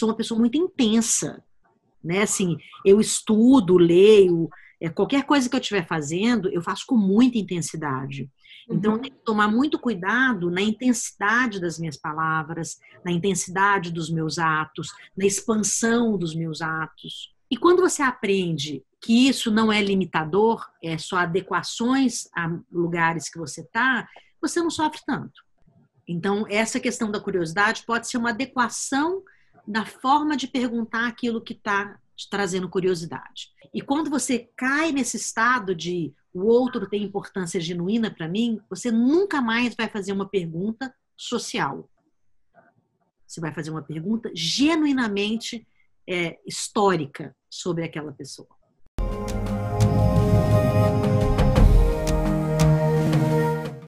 sou uma pessoa muito intensa, né? Assim, eu estudo, leio, qualquer coisa que eu estiver fazendo, eu faço com muita intensidade. Então, eu tenho que tomar muito cuidado na intensidade das minhas palavras, na intensidade dos meus atos, na expansão dos meus atos. E quando você aprende que isso não é limitador, é só adequações a lugares que você está, você não sofre tanto. Então, essa questão da curiosidade pode ser uma adequação da forma de perguntar aquilo que está te trazendo curiosidade. E quando você cai nesse estado de o outro tem importância genuína para mim, você nunca mais vai fazer uma pergunta social. Você vai fazer uma pergunta genuinamente histórica sobre aquela pessoa.